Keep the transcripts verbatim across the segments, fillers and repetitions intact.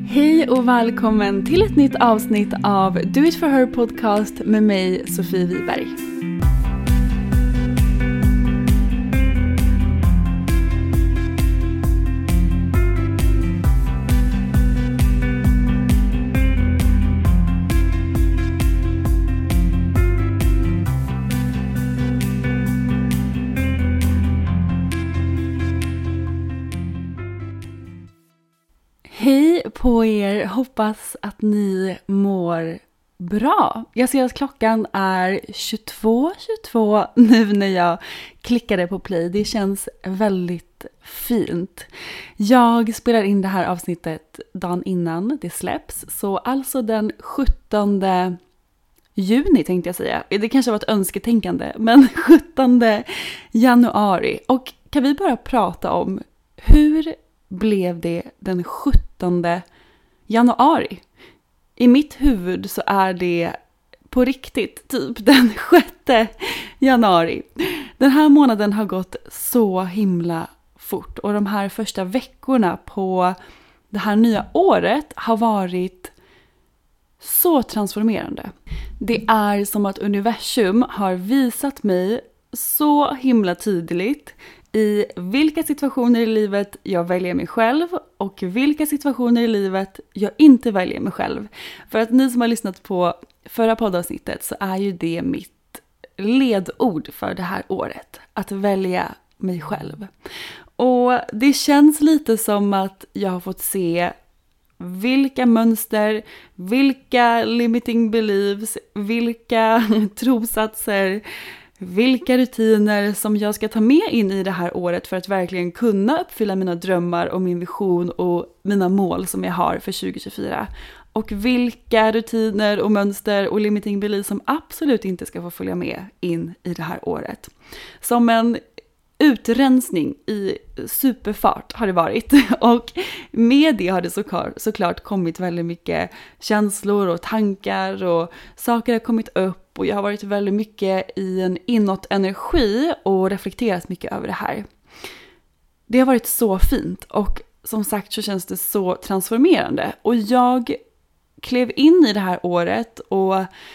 Hej och välkommen till ett nytt avsnitt av Do It For Her podcast med mig, Sofie Wiberg. Hej på er, hoppas att ni mår bra. Jag ser att klockan är tjugotvå tjugotvå nu när jag klickade på play. Det känns väldigt fint. Jag spelar in det här avsnittet dagen innan det släpps. Så alltså den sjuttonde juni tänkte jag säga. Det kanske var ett önsketänkande, men sjuttonde januari. Och kan vi bara prata om hur blev det den sjuttonde januari? I mitt huvud så är det på riktigt typ den sjätte januari. Den här månaden har gått så himla fort och de här första veckorna på det här nya året har varit så transformerande. Det är som att universum har visat mig så himla tydligt i vilka situationer i livet jag väljer mig själv och vilka situationer i livet jag inte väljer mig själv. För att ni som har lyssnat på förra poddavsnittet så är ju det mitt ledord för det här året. Att välja mig själv. Och det känns lite som att jag har fått se vilka mönster, vilka limiting beliefs, vilka trosatser, vilka rutiner som jag ska ta med in i det här året för att verkligen kunna uppfylla mina drömmar och min vision och mina mål som jag har för tjugo tjugofyra. Och vilka rutiner och mönster och limiting beliefs som absolut inte ska få följa med in i det här året. Som en utrensning i superfart har det varit. Och med det har det såklart, såklart kommit väldigt mycket känslor och tankar och saker har kommit upp. Och jag har varit väldigt mycket i en inåt-energi och reflekterat mycket över det här. Det har varit så fint och som sagt så känns det så transformerande. Och jag klev in i det här året och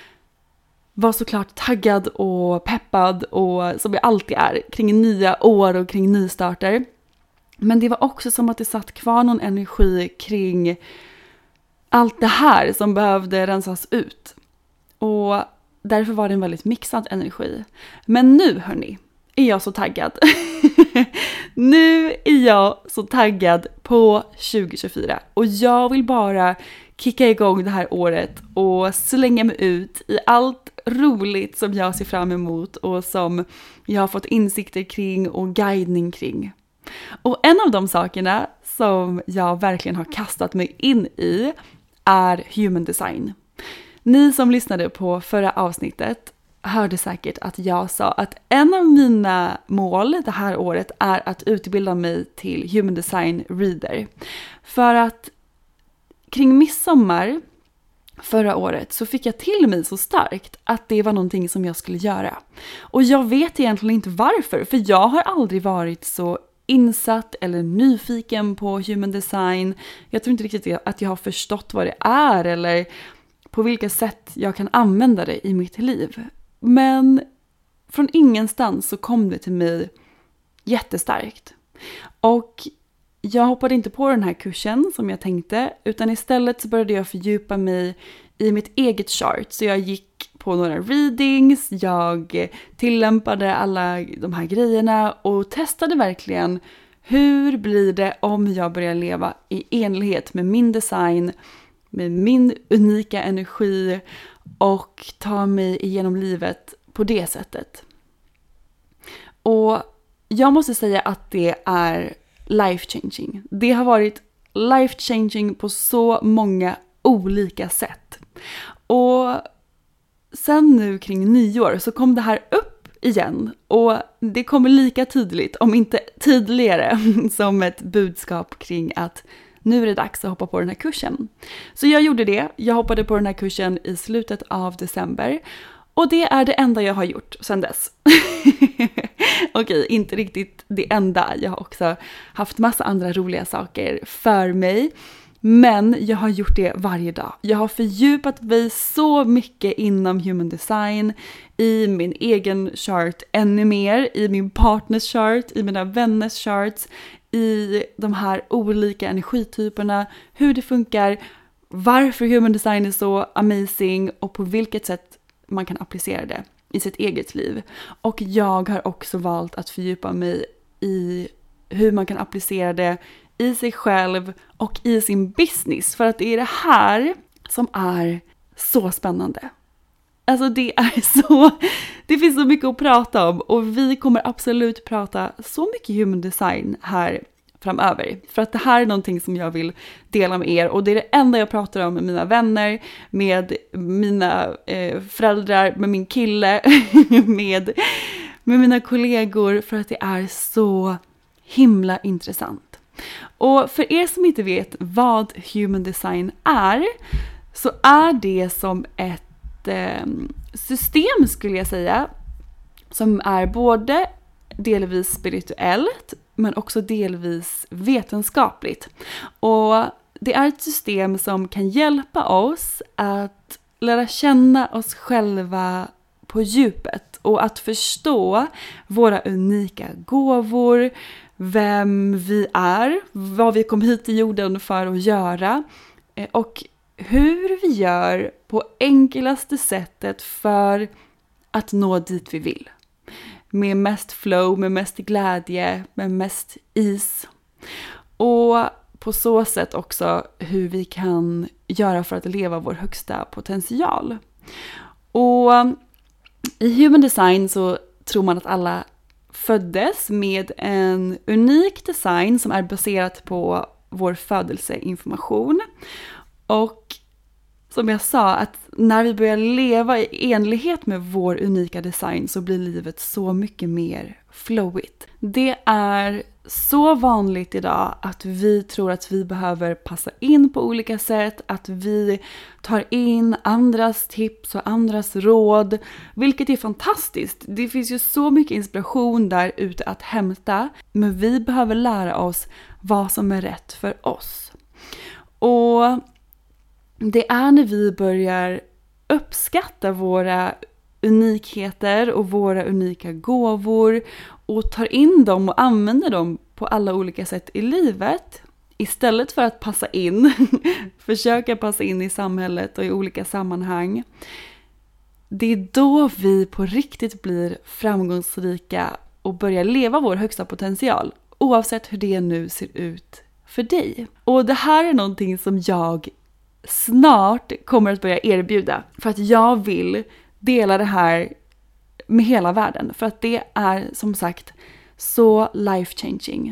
var såklart taggad och peppad och som jag alltid är kring nya år och kring nystarter. Men det var också som att det satt kvar någon energi kring allt det här som behövde rensas ut. Och därför var det en väldigt mixad energi. Men nu hörni, är jag så taggad. Nu är jag så taggad på tjugo tjugofyra. Och jag vill bara kicka igång det här året och slänga mig ut i allt roligt som jag ser fram emot och som jag har fått insikter kring och guidning kring. Och en av de sakerna som jag verkligen har kastat mig in i är human design. Ni som lyssnade på förra avsnittet hörde säkert att jag sa att en av mina mål det här året är att utbilda mig till human design reader. För att kring midsommar förra året så fick jag till mig så starkt att det var någonting som jag skulle göra. Och jag vet egentligen inte varför, för jag har aldrig varit så insatt eller nyfiken på human design. Jag tror inte riktigt att jag har förstått vad det är eller på vilka sätt jag kan använda det i mitt liv. Men från ingenstans så kom det till mig jättestarkt. Och jag hoppade inte på den här kursen som jag tänkte, utan istället så började jag fördjupa mig i mitt eget chart. Så jag gick på några readings, jag tillämpade alla de här grejerna och testade verkligen hur blir det om jag börjar leva i enlighet med min design, med min unika energi och ta mig igenom livet på det sättet. Och jag måste säga att det är life-changing. Det har varit life-changing på så många olika sätt. Och sen nu kring nyår så kom det här upp igen. Och det kommer lika tydligt, om inte tydligare, som ett budskap kring att nu är det dags att hoppa på den här kursen. Så jag gjorde det. Jag hoppade på den här kursen i slutet av december. Och det är det enda jag har gjort sedan dess. Okej, inte riktigt det enda. Jag har också haft massa andra roliga saker för mig. Men jag har gjort det varje dag. Jag har fördjupat mig så mycket inom human design, i min egen chart ännu mer, i min partners chart, i mina vänners charts, i de här olika energityperna, hur det funkar, varför human design är så amazing och på vilket sätt man kan applicera det i sitt eget liv. Och jag har också valt att fördjupa mig i hur man kan applicera det i sig själv och i sin business. För att det är det här som är så spännande. Alltså det är så, det finns så mycket att prata om och vi kommer absolut prata så mycket human design här framöver. För att det här är någonting som jag vill dela med er och det är det enda jag pratar om med mina vänner, med mina eh, föräldrar, med min kille, med, med mina kollegor för att det är så himla intressant. Och för er som inte vet vad human design är så är det som ett system skulle jag säga som är både delvis spirituellt men också delvis vetenskapligt. Och det är ett system som kan hjälpa oss att lära känna oss själva på djupet och att förstå våra unika gåvor, vem vi är, vad vi kom hit till jorden för att göra och hur vi gör på enklaste sättet för att nå dit vi vill. Med mest flow, med mest glädje, med mest is. Och på så sätt också hur vi kan göra för att leva vår högsta potential. Och i human design så tror man att alla föddes med en unik design som är baserat på vår födelseinformation. Och som jag sa, att när vi börjar leva i enlighet med vår unika design så blir livet så mycket mer flowigt. Det är så vanligt idag att vi tror att vi behöver passa in på olika sätt, att vi tar in andras tips och andras råd, vilket är fantastiskt. Det finns ju så mycket inspiration där ute att hämta, men vi behöver lära oss vad som är rätt för oss. Och det är när vi börjar uppskatta våra unikheter och våra unika gåvor och tar in dem och använder dem på alla olika sätt i livet istället för att passa in, försöka passa in i samhället och i olika sammanhang. Det är då vi på riktigt blir framgångsrika och börjar leva vår högsta potential, oavsett hur det nu ser ut för dig. Och det här är någonting som jag snart kommer att börja erbjuda för att jag vill dela det här med hela världen, för att det är som sagt så life changing.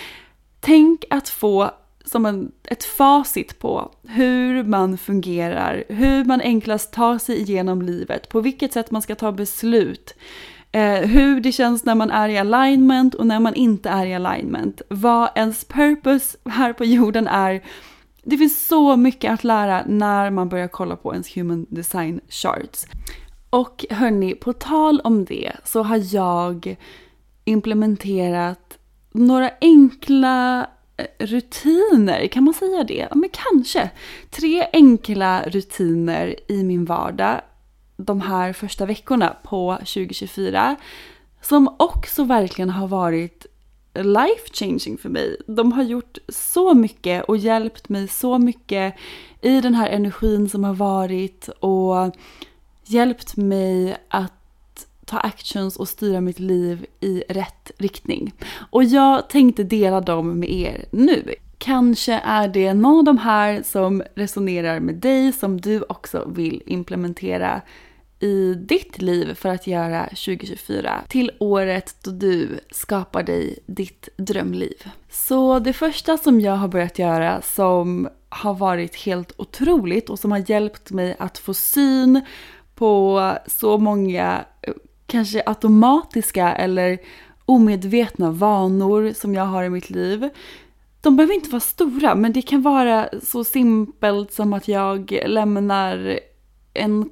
Tänk att få som en, ett facit på hur man fungerar, hur man enklast tar sig igenom livet, på vilket sätt man ska ta beslut, eh, hur det känns när man är i alignment och när man inte är i alignment, vad ens purpose här på jorden är. Det finns så mycket att lära när man börjar kolla på ens human design charts. Och hörni, på tal om det så har jag implementerat några enkla rutiner, kan man säga det? Ja, men kanske. Tre enkla rutiner i min vardag de här första veckorna på tjugo tjugofyra som också verkligen har varit life changing för mig. De har gjort så mycket och hjälpt mig så mycket i den här energin som har varit och hjälpt mig att ta actions och styra mitt liv i rätt riktning. Och jag tänkte dela dem med er nu. Kanske är det någon av de här som resonerar med dig, som du också vill implementera i ditt liv för att göra tjugo tjugofyra till året då du skapar dig ditt drömliv. Så det första som jag har börjat göra som har varit helt otroligt och som har hjälpt mig att få syn på så många kanske automatiska eller omedvetna vanor som jag har i mitt liv. De behöver inte vara stora, men det kan vara så simpelt som att jag lämnar en kopp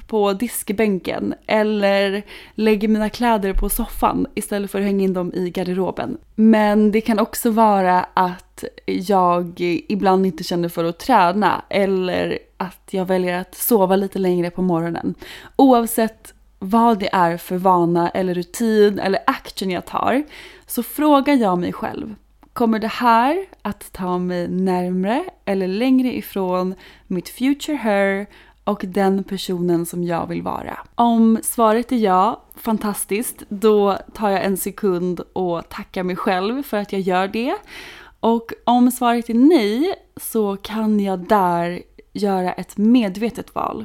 på diskbänken eller lägger mina kläder på soffan istället för att hänga in dem i garderoben. Men det kan också vara att jag ibland inte känner för att träna eller att jag väljer att sova lite längre på morgonen. Oavsett vad det är för vana eller rutin eller action jag tar, så frågar jag mig själv: kommer det här att ta mig närmare eller längre ifrån mitt future her och den personen som jag vill vara? Om svaret är ja, fantastiskt, då tar jag en sekund och tackar mig själv för att jag gör det. Och om svaret är nej, så kan jag där göra ett medvetet val.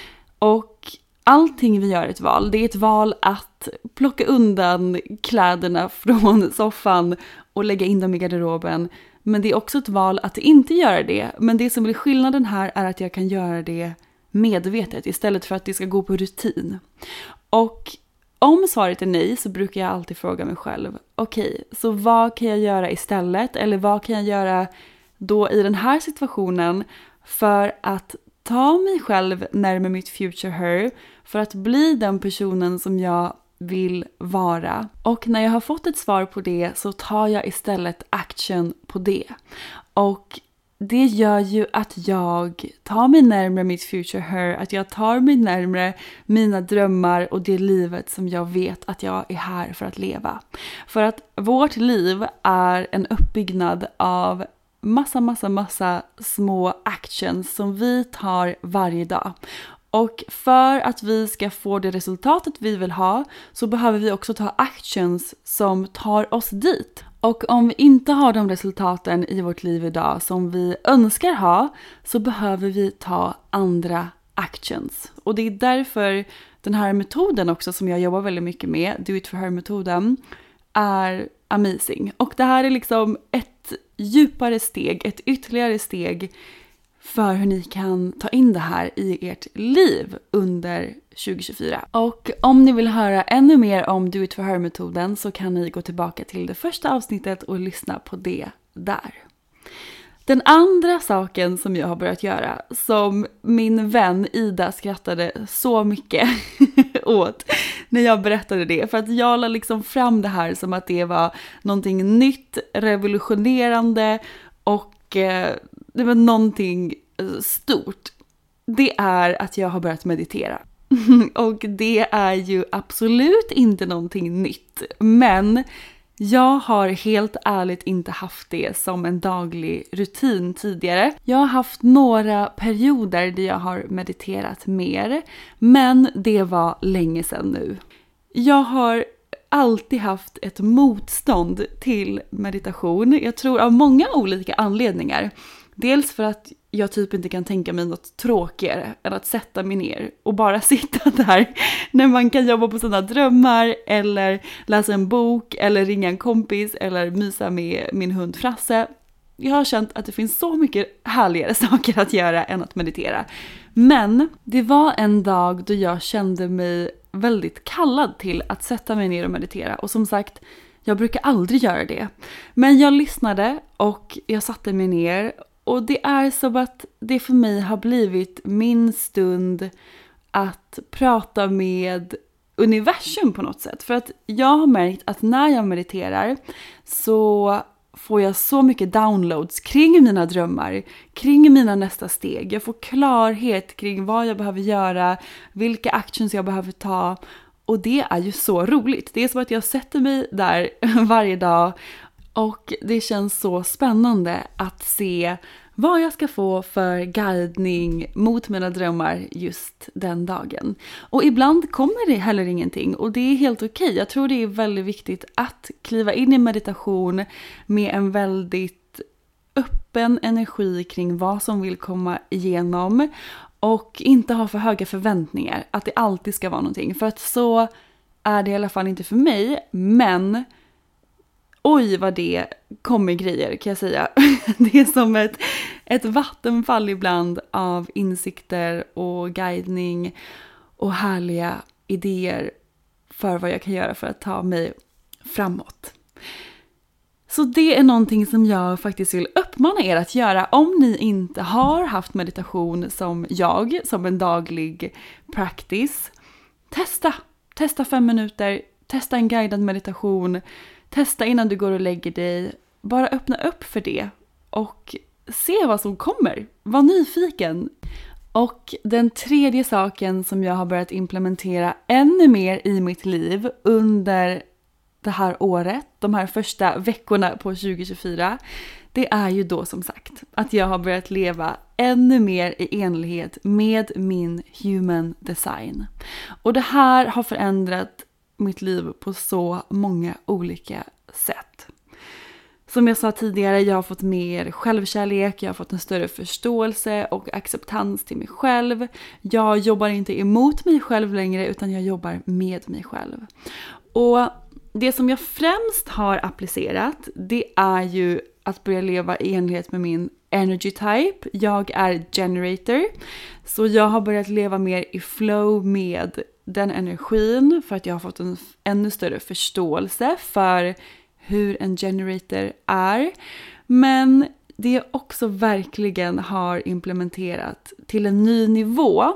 Och allting vi gör ett val. Det är ett val att plocka undan kläderna från soffan och lägga in dem i garderoben. Men det är också ett val att inte göra det. Men det som blir skillnaden här är att jag kan göra det medvetet istället för att det ska gå på rutin. Och om svaret är nej, så brukar jag alltid fråga mig själv: okej, okay, så vad kan jag göra istället? Eller vad kan jag göra då i den här situationen för att ta mig själv närmare mitt future her, för att bli den personen som jag vill vara? Och när jag har fått ett svar på det, så tar jag istället action på det. Och det gör ju att jag tar mig närmare mitt future her, att jag tar mig närmare mina drömmar och det livet som jag vet att jag är här för att leva. För att vårt liv är en uppbyggnad av massa, massa, massa små actions som vi tar varje dag. Och för att vi ska få det resultatet vi vill ha, så behöver vi också ta actions som tar oss dit. Och om vi inte har de resultaten i vårt liv idag som vi önskar ha, så behöver vi ta andra actions. Och det är därför den här metoden också, som jag jobbar väldigt mycket med, Do It For Her-metoden, är amazing. Och det här är liksom ett djupare steg, ett ytterligare steg för hur ni kan ta in det här i ert liv under tjugo tjugofyra. Och om ni vill höra ännu mer om Do It For Her-metoden, så kan ni gå tillbaka till det första avsnittet och lyssna på det där. Den andra saken som jag har börjat göra, som min vän Ida skrattade så mycket åt när jag berättade det, för att jag la liksom fram det här som att det var någonting nytt, revolutionerande och eh, det var någonting stort. Det är att jag har börjat meditera. Och det är ju absolut inte någonting nytt, men jag har helt ärligt inte haft det som en daglig rutin tidigare. Jag har haft några perioder där jag har mediterat mer, men det var länge sedan nu. Jag har alltid haft ett motstånd till meditation. Jag tror av många olika anledningar. Dels för att jag typ inte kan tänka mig något tråkigare än att sätta mig ner och bara sitta där när man kan jobba på sina drömmar eller läsa en bok eller ringa en kompis eller mysa med min hund Frasse. Jag har känt att det finns så mycket härligare saker att göra än att meditera. Men det var en dag då jag kände mig väldigt kallad till att sätta mig ner och meditera. Och som sagt, jag brukar aldrig göra det. Men jag lyssnade och jag satte mig ner. Och det är som att det för mig har blivit min stund att prata med universum på något sätt. För att jag har märkt att när jag mediterar så får jag så mycket downloads kring mina drömmar, kring mina nästa steg. Jag får klarhet kring vad jag behöver göra, vilka actions jag behöver ta. Och det är ju så roligt. Det är som att jag sätter mig där varje dag och det känns så spännande att se vad jag ska få för guidning mot mina drömmar just den dagen. Och ibland kommer det heller ingenting och det är helt okej. Jag tror det är väldigt viktigt att kliva in i meditation med en väldigt öppen energi kring vad som vill komma igenom och inte ha för höga förväntningar att det alltid ska vara någonting. För att så är det i alla fall inte för mig, men oj vad det kommer grejer kan jag säga. Det är som ett, ett vattenfall ibland av insikter och guidning och härliga idéer för vad jag kan göra för att ta mig framåt. Så det är någonting som jag faktiskt vill uppmana er att göra om ni inte har haft meditation som jag, som en daglig practice. Testa, testa fem minuter, testa en guidad meditation, testa innan du går och lägger dig. Bara öppna upp för det och se vad som kommer. Var nyfiken. Och den tredje saken som jag har börjat implementera ännu mer i mitt liv under det här året, de här första veckorna på tjugo tjugofyra, det är ju då som sagt att jag har börjat leva ännu mer i enlighet med min human design. Och det här har förändrat mitt liv på så många olika sätt. Som jag sa tidigare, jag har fått mer självkärlek, jag har fått en större förståelse och acceptans till mig själv. Jag jobbar inte emot mig själv längre utan jag jobbar med mig själv. Och det som jag främst har applicerat, det är ju att börja leva i enlighet med min energy type. Jag är generator, så jag har börjat leva mer i flow med den energin för att jag har fått en ännu större förståelse för hur en generator är. Men det jag också verkligen har implementerat till en ny nivå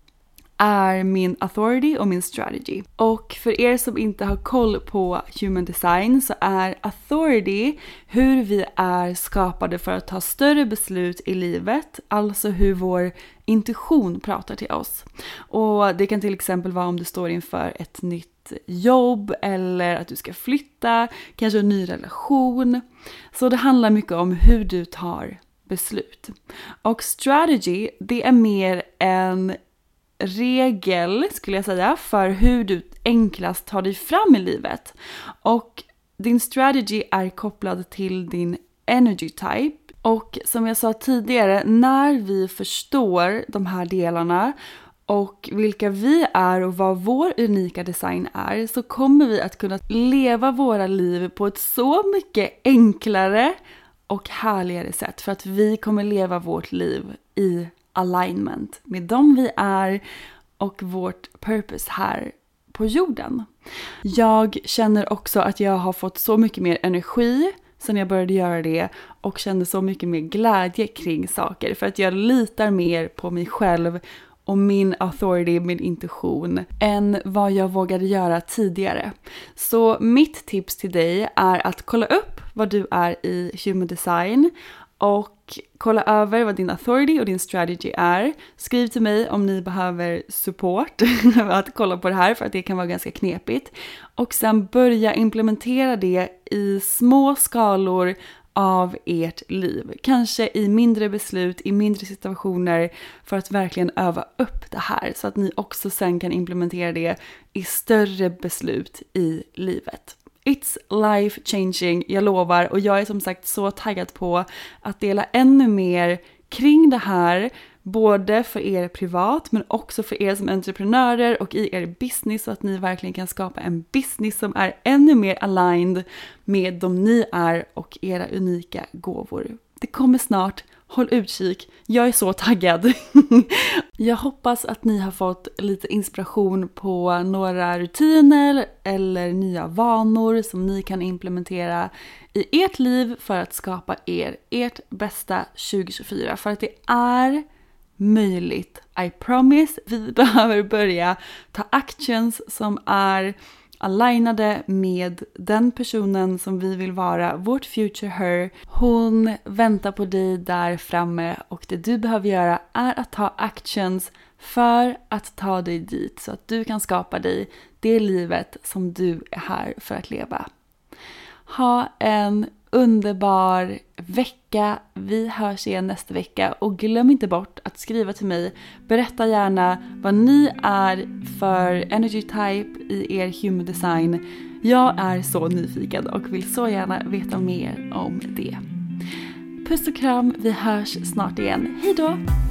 är min authority och min strategy. Och för er som inte har koll på human design så är authority hur vi är skapade för att ta större beslut i livet. Alltså hur vår intuition pratar till oss. Och det kan till exempel vara om du står inför ett nytt jobb eller att du ska flytta, kanske en ny relation. Så det handlar mycket om hur du tar beslut. Och strategy, det är mer en regel skulle jag säga för hur du enklast tar dig fram i livet. Och din strategy är kopplad till din energy type. Och som jag sa tidigare, när vi förstår de här delarna och vilka vi är och vad vår unika design är, så kommer vi att kunna leva våra liv på ett så mycket enklare och härligare sätt. För att vi kommer leva vårt liv i alignment med dem vi är och vårt purpose här på jorden. Jag känner också att jag har fått så mycket mer energi sen jag började göra det och kände så mycket mer glädje kring saker för att jag litar mer på mig själv och min authority, min intuition än vad jag vågade göra tidigare. Så mitt tips till dig är att kolla upp vad du är i human design och kolla över vad din authority och din strategy är. Skriv till mig om ni behöver support att kolla på det här för att det kan vara ganska knepigt. Och sen börja implementera det i små skalor av ert liv. Kanske i mindre beslut, i mindre situationer för att verkligen öva upp det här. Så att ni också sen kan implementera det i större beslut i livet. It's life changing, jag lovar. Och jag är som sagt så taggad på att dela ännu mer kring det här. Både för er privat men också för er som entreprenörer och i er business. Så att ni verkligen kan skapa en business som är ännu mer aligned med de ni är och era unika gåvor. Det kommer snart. Håll utkik. Jag är så taggad. Jag hoppas att ni har fått lite inspiration på några rutiner eller nya vanor som ni kan implementera i ert liv för att skapa er ert bästa tjugo tjugofyra. För att det är möjligt. I promise. Vi behöver börja ta actions som är alignade med den personen som vi vill vara, vårt future her. Hon väntar på dig där framme och det du behöver göra är att ta actions för att ta dig dit så att du kan skapa dig det livet som du är här för att leva. Ha en underbar vecka. Vi hörs igen nästa vecka och glöm inte bort att skriva till mig. Berätta gärna vad ni är för energy type i er human design. Jag är så nyfiken och vill så gärna veta mer om det. Puss och kram, vi hörs snart igen. Hej då!